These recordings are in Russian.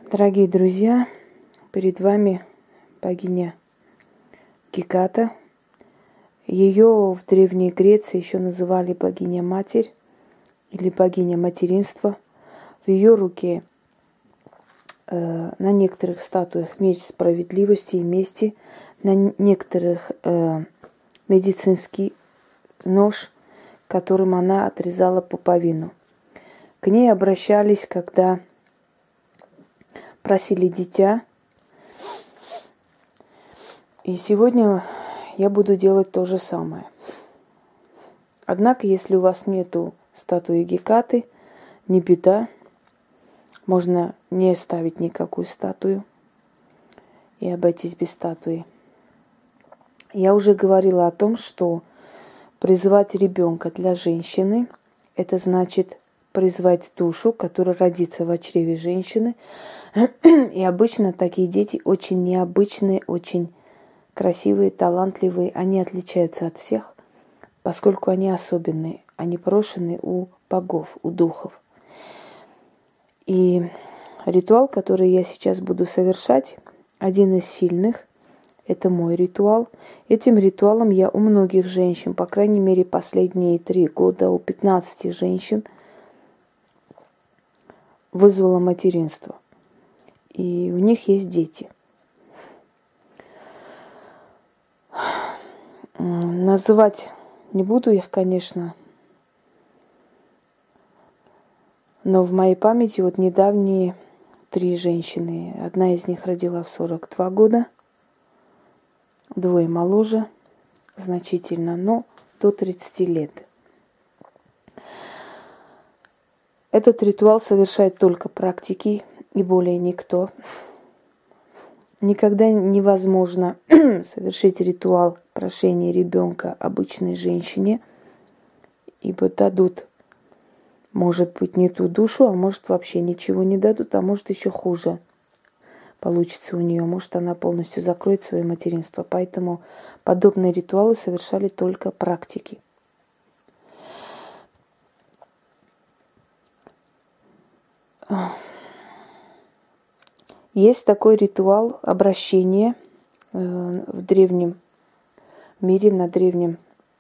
Дорогие друзья, перед вами богиня Геката. Ее в Древней Греции еще называли богиня-матерь или богиня материнства. В ее руке на некоторых статуях меч справедливости и мести, на некоторых медицинский нож, которым она отрезала пуповину. К ней обращались, когда просили дитя. И сегодня я буду делать то же самое. Однако, если у вас нету статуи Гекаты, не беда. Можно не ставить никакую статую и обойтись без статуи. Я уже говорила о том, что призывать ребенка для женщины – это значит призвать душу, которая родится в чреве женщины. И обычно такие дети очень необычные, очень красивые, талантливые. Они отличаются от всех, поскольку они особенные. Они брошены у богов, у духов. И ритуал, который я сейчас буду совершать, один из сильных. Это мой ритуал. Этим ритуалом я у многих женщин, по крайней мере, последние 3 года, у 15 женщин вызвала материнство. И у них есть дети. Называть не буду их, конечно. Но в моей памяти вот недавние 3 женщины. Одна из них родила в 42 года. 2 моложе значительно, но до 30 лет. Этот ритуал совершает только практики и более никто. Никогда невозможно совершить ритуал прошения ребенка обычной женщине, ибо дадут, может быть, не ту душу, а может, вообще ничего не дадут, а может, еще хуже получится у нее. Может, она полностью закроет свое материнство. Поэтому подобные ритуалы совершали только практики. Есть такой ритуал обращения в древнем мире, на древнем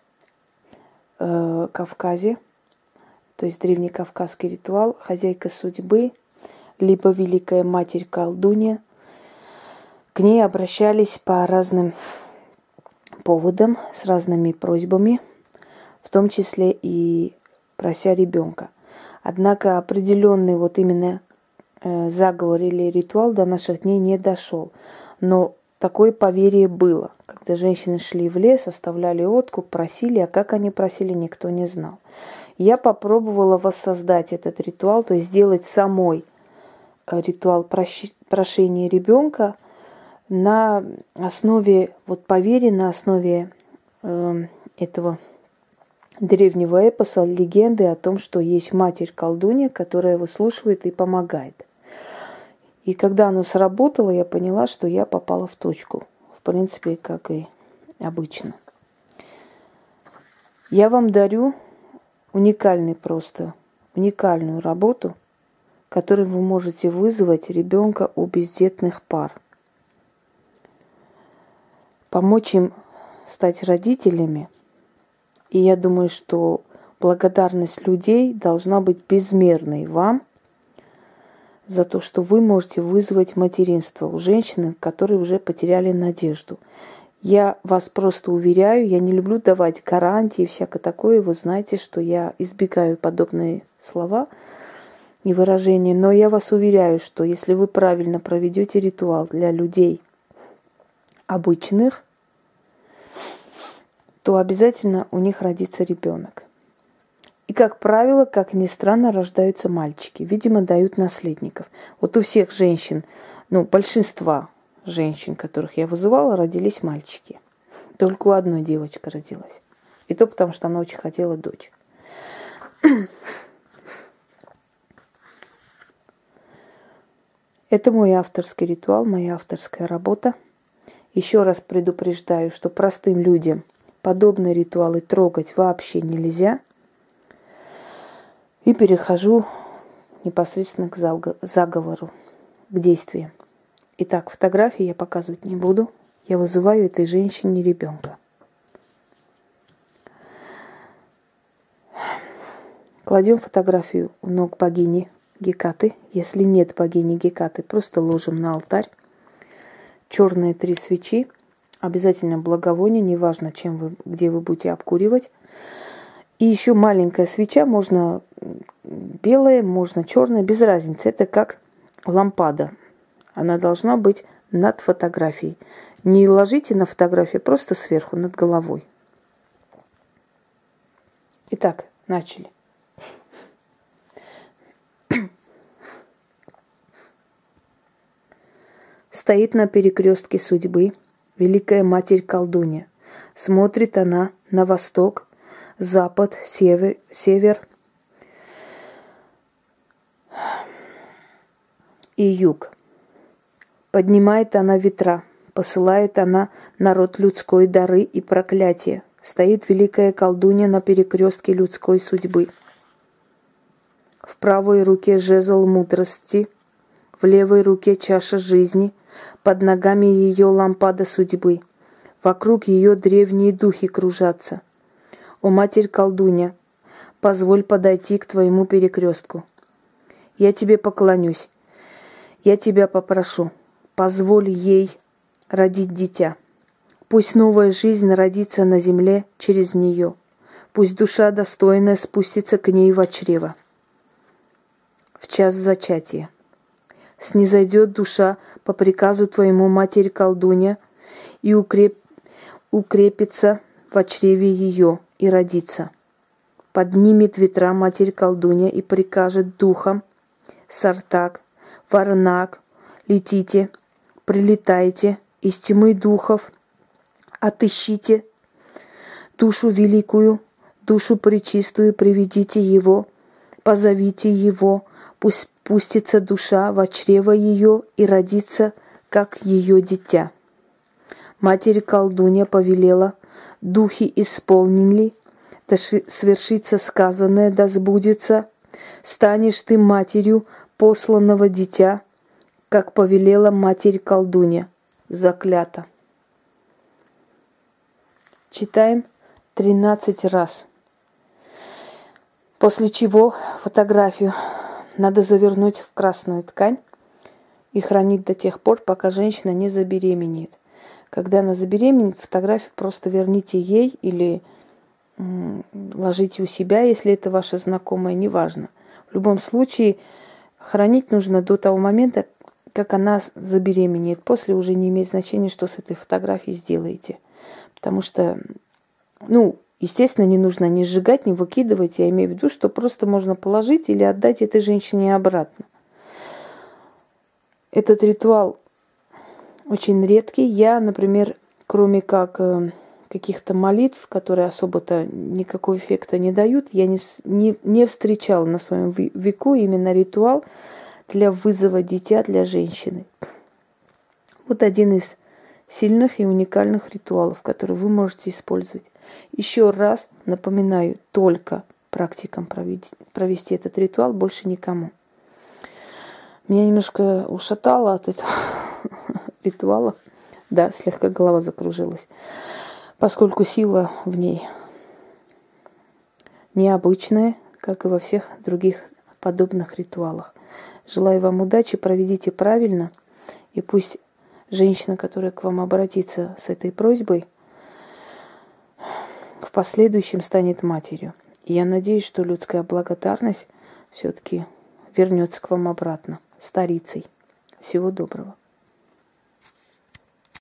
Кавказе. То есть древнекавказский ритуал. Хозяйка судьбы, либо Великая Матерь Колдунья. К ней обращались по разным поводам, с разными просьбами, в том числе и прося ребенка. Однако определенный вот именно заговор или ритуал до наших дней не дошел. Но такое поверье было. Когда женщины шли в лес, оставляли откуп, просили, а как они просили, никто не знал. Я попробовала воссоздать этот ритуал, то есть сделать самой ритуал прошения ребенка на основе вот поверья, на основе этого древнего эпоса, легенды о том, что есть матерь-колдунья, которая выслушивает и помогает. И когда оно сработало, я поняла, что я попала в точку. В принципе, как и обычно. Я вам дарю уникальную работу, которой вы можете вызвать ребенка у бездетных пар. Помочь им стать родителями. И я думаю, что благодарность людей должна быть безмерной вам за то, что вы можете вызвать материнство у женщины, которые уже потеряли надежду. Я вас просто уверяю, я не люблю давать гарантии и всякое такое. Вы знаете, что я избегаю подобные слова и выражения. Но я вас уверяю, что если вы правильно проведете ритуал для людей обычных, то обязательно у них родится ребенок. И, как правило, как ни странно, рождаются мальчики. Видимо, дают наследников. Вот у всех женщин, большинства женщин, которых я вызывала, родились мальчики. Только у одной девочка родилась. И то потому, что она очень хотела дочь. Это мой авторский ритуал, моя авторская работа. Еще раз предупреждаю, что простым людям подобные ритуалы трогать вообще нельзя. И перехожу непосредственно к заговору. к действиям. Итак, фотографии я показывать не буду. Я вызываю этой женщине ребенка. Кладем фотографию у ног богини Гекаты. Если нет богини Гекаты, просто ложим на алтарь. Черные 3 свечи. Обязательно благовоние, неважно, где вы будете обкуривать. И еще маленькая свеча, можно белая, можно черная, без разницы. Это как лампада. Она должна быть над фотографией. Не ложите на фотографию, просто сверху, над головой. Итак, начали. Стоит на перекрестке судьбы Великая Матерь-Колдунья. Смотрит она на восток, запад, север и юг. Поднимает она ветра, посылает она народ людской дары и проклятия. Стоит великая колдунья на перекрестке людской судьбы. В правой руке жезл мудрости, в левой руке чаша жизни, под ногами ее лампада судьбы. Вокруг ее древние духи кружатся. О, Матерь-Колдунья, позволь подойти к твоему перекрестку. Я тебе поклонюсь. Я тебя попрошу. Позволь ей родить дитя. Пусть новая жизнь родится на земле через нее. Пусть душа достойная спустится к ней во чрево. В час зачатия. Снизойдет душа по приказу твоему, Матерь-Колдунья, и укрепится во чреве ее и родится. Поднимет ветра Матерь-Колдунья и прикажет духам: Сартак, Варнак, летите, прилетайте из тьмы духов, отыщите душу великую, душу пречистую, приведите его, позовите его, пусть спустится душа во чрево ее и родится, как ее дитя. Матерь-Колдунья повелела, духи исполнили, да свершится сказанное, да сбудется. Станешь ты матерью посланного дитя, как повелела Матерь-Колдунья. Заклято. Читаем 13 раз. После чего фотографию надо завернуть в красную ткань и хранить до тех пор, пока женщина не забеременеет. Когда она забеременеет, фотографию просто верните ей или ложите у себя, если это ваша знакомая, неважно. В любом случае, хранить нужно до того момента, как она забеременеет. После уже не имеет значения, что с этой фотографией сделаете. Потому что, естественно, не нужно ни сжигать, ни выкидывать. Я имею в виду, что просто можно положить или отдать этой женщине обратно. Этот ритуал очень редкий. Я, например, кроме как каких-то молитв, которые особо-то никакого эффекта не дают, я не встречала на своем веку именно ритуал для вызова дитя для женщины. Вот один из сильных и уникальных ритуалов, которые вы можете использовать. Еще раз напоминаю, только практикам провести этот ритуал, больше никому. Меня немножко ушатало от этого ритуала. Да, слегка голова закружилась. Поскольку сила в ней необычная, как и во всех других подобных ритуалах. Желаю вам удачи, проведите правильно, и пусть женщина, которая к вам обратится с этой просьбой, в последующем станет матерью. И я надеюсь, что людская благодарность все-таки вернется к вам обратно, старицей. Всего доброго.